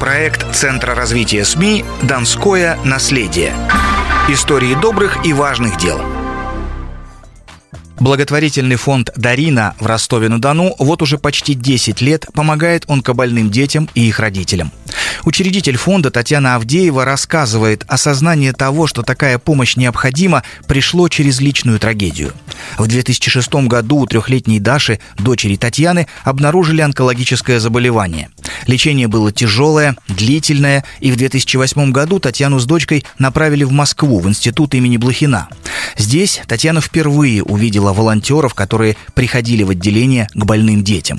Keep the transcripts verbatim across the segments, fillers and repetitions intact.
Проект Центра развития СМИ «Донское наследие». Истории добрых и важных дел. Благотворительный фонд «Дарина» в Ростове-на-Дону вот уже почти десять лет помогает онкобольным детям и их родителям. Учредитель фонда Татьяна Авдеева рассказывает, осознание того, что такая помощь необходима, пришло через личную трагедию. В две тысячи шестом году у трехлетней Даши, дочери Татьяны, обнаружили онкологическое заболевание. Лечение было тяжелое, длительное, и в две тысячи восьмом году Татьяну с дочкой направили в Москву, в институт имени Блохина. Здесь Татьяна впервые увидела волонтеров, которые приходили в отделение к больным детям.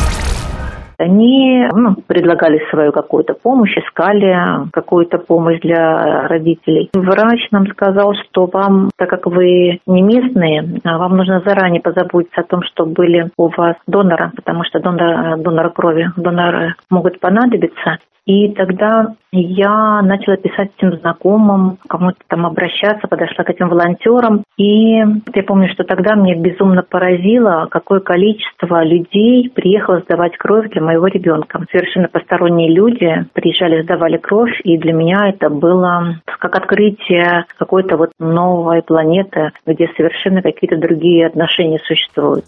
Они ну, предлагали свою какую-то помощь, искали какую-то помощь для родителей. Врач нам сказал, что вам, так как вы не местные, вам нужно заранее позаботиться о том, чтобы были у вас доноры, потому что донор, доноры крови, доноры могут понадобиться. И тогда я начала писать всем знакомым, кому-то там обращаться, подошла к этим волонтерам. И я помню, что тогда мне безумно поразило, какое количество людей приехало сдавать кровь для моего ребенка. Совершенно посторонние люди приезжали, сдавали кровь, и для меня это было как открытие какой-то вот новой планеты, где совершенно какие-то другие отношения существуют.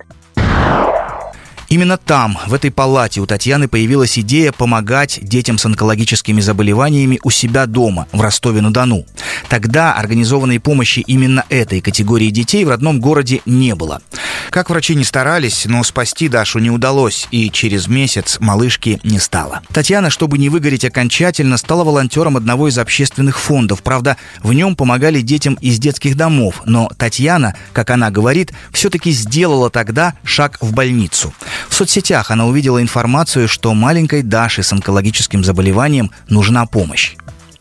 Именно там, в этой палате, у Татьяны появилась идея помогать детям с онкологическими заболеваниями у себя дома, в Ростове-на-Дону. Тогда организованной помощи именно этой категории детей в родном городе не было. Как врачи не старались, но спасти Дашу не удалось, и через месяц малышки не стало. Татьяна, чтобы не выгореть окончательно, стала волонтером одного из общественных фондов. Правда, в нем помогали детям из детских домов, но Татьяна, как она говорит, все-таки сделала тогда шаг в больницу. В соцсетях она увидела информацию, что маленькой Даше с онкологическим заболеванием нужна помощь.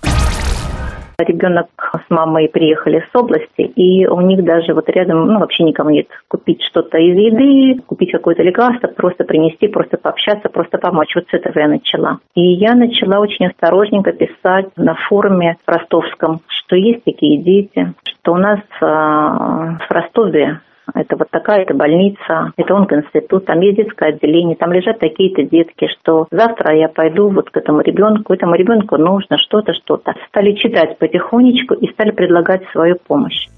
Ребенок с мамой приехали с области, и у них даже вот рядом, ну, вообще никому нет купить что-то из еды, купить какое-то лекарство, просто принести, просто пообщаться, просто помочь. Вот с этого я начала. И я начала очень осторожненько писать на форуме ростовском, что есть такие дети, что у нас э, в Ростове это вот такая-то больница, это онкоинститут, там есть детское отделение, там лежат такие-то детки, что завтра я пойду вот к этому ребенку, этому ребенку нужно что-то, что-то. Стали читать потихонечку и стали предлагать свою помощь.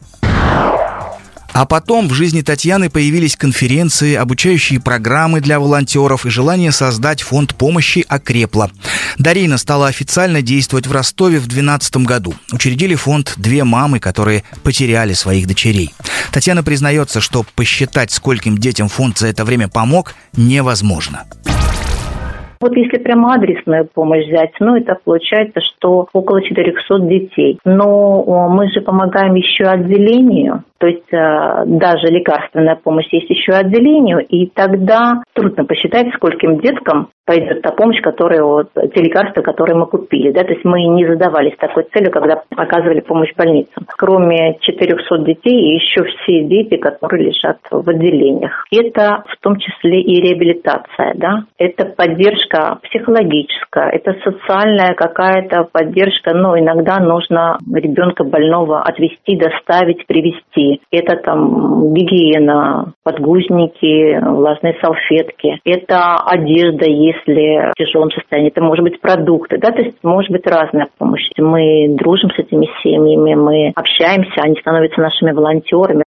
А потом в жизни Татьяны появились конференции, обучающие программы для волонтеров, и желание создать фонд помощи окрепло. Дарина стала официально действовать в Ростове в две тысячи двенадцатом году. Учредили фонд две мамы, которые потеряли своих дочерей. Татьяна признается, что посчитать, скольким детям фонд за это время помог, невозможно. Вот если прямо адресную помощь взять, ну, это получается, что около четырехсот детей. Но мы же помогаем еще отделению, то есть э, даже лекарственная помощь есть еще отделению, и тогда трудно посчитать, скольким деткам пойдет та помощь, которая, вот, те лекарства, которые мы купили. Да? То есть мы не задавались такой целью, когда оказывали помощь больницам. Кроме четырехсот детей, еще все дети, которые лежат в отделениях. Это в том числе и реабилитация, да? Это поддержка психологическая, это социальная какая-то поддержка, но иногда нужно ребенка больного отвезти, доставить, привезти. Это там гигиена, подгузники, влажные салфетки, это одежда, если в тяжелом состоянии, это может быть продукты, да, то есть может быть разная помощь. Мы дружим с этими семьями, мы общаемся, они становятся нашими волонтерами.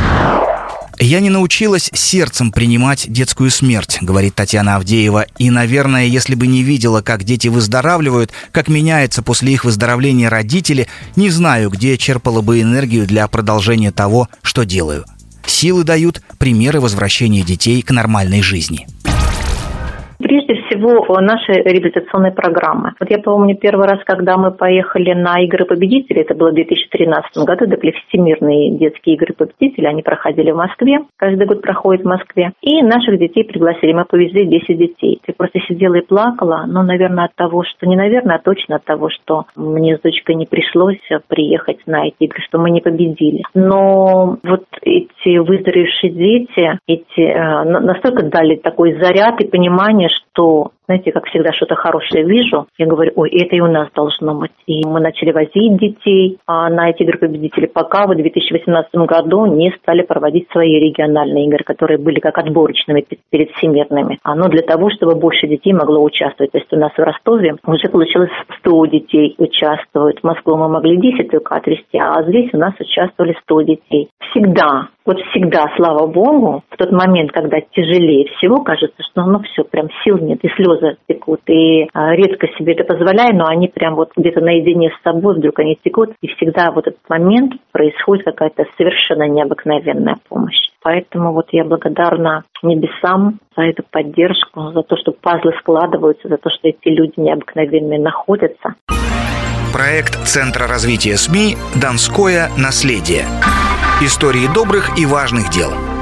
«Я не научилась сердцем принимать детскую смерть», — говорит Татьяна Авдеева. «И, наверное, если бы не видела, как дети выздоравливают, как меняется после их выздоровления родители, не знаю, где черпала бы энергию для продолжения того, что делаю. Силы дают примеры возвращения детей к нормальной жизни». Прежде всего, наши реабилитационные программы. Вот я помню первый раз, когда мы поехали на Игры победителей, это было в две тысячи тринадцатом году, это были всемирные детские Игры победителей, они проходили в Москве, каждый год проходит в Москве, и наших детей пригласили, мы повезли десять детей. Я просто сидела и плакала, но, наверное, от того, что, не наверное, а точно от того, что мне с дочкой не пришлось приехать на эти игры, что мы не победили. Но вот эти выздоровевшие дети, эти настолько дали такой заряд и понимание, что знаете, как всегда что-то хорошее вижу, я говорю, ой, это и у нас должно быть. И мы начали возить детей на эти игры победителей, пока в две тысячи восемнадцатом году не стали проводить свои региональные игры, которые были как отборочными перед всемирными. Но для того, чтобы больше детей могло участвовать. То есть у нас в Ростове уже получилось сто детей участвуют. В Москву мы могли десять только отвезти, а здесь у нас участвовали сто детей. Всегда, вот всегда, слава Богу, в тот момент, когда тяжелее всего, кажется, что ну все, прям сил нет, и слезы текут, и а, редко себе это позволяю, но они прям вот где-то наедине с собой вдруг они текут, и всегда в этот момент происходит какая-то совершенно необыкновенная помощь. Поэтому вот я благодарна небесам за эту поддержку, за то, что пазлы складываются, за то, что эти люди необыкновенные находятся. Проект Центра развития СМИ «Донское наследие». Истории добрых и важных дел.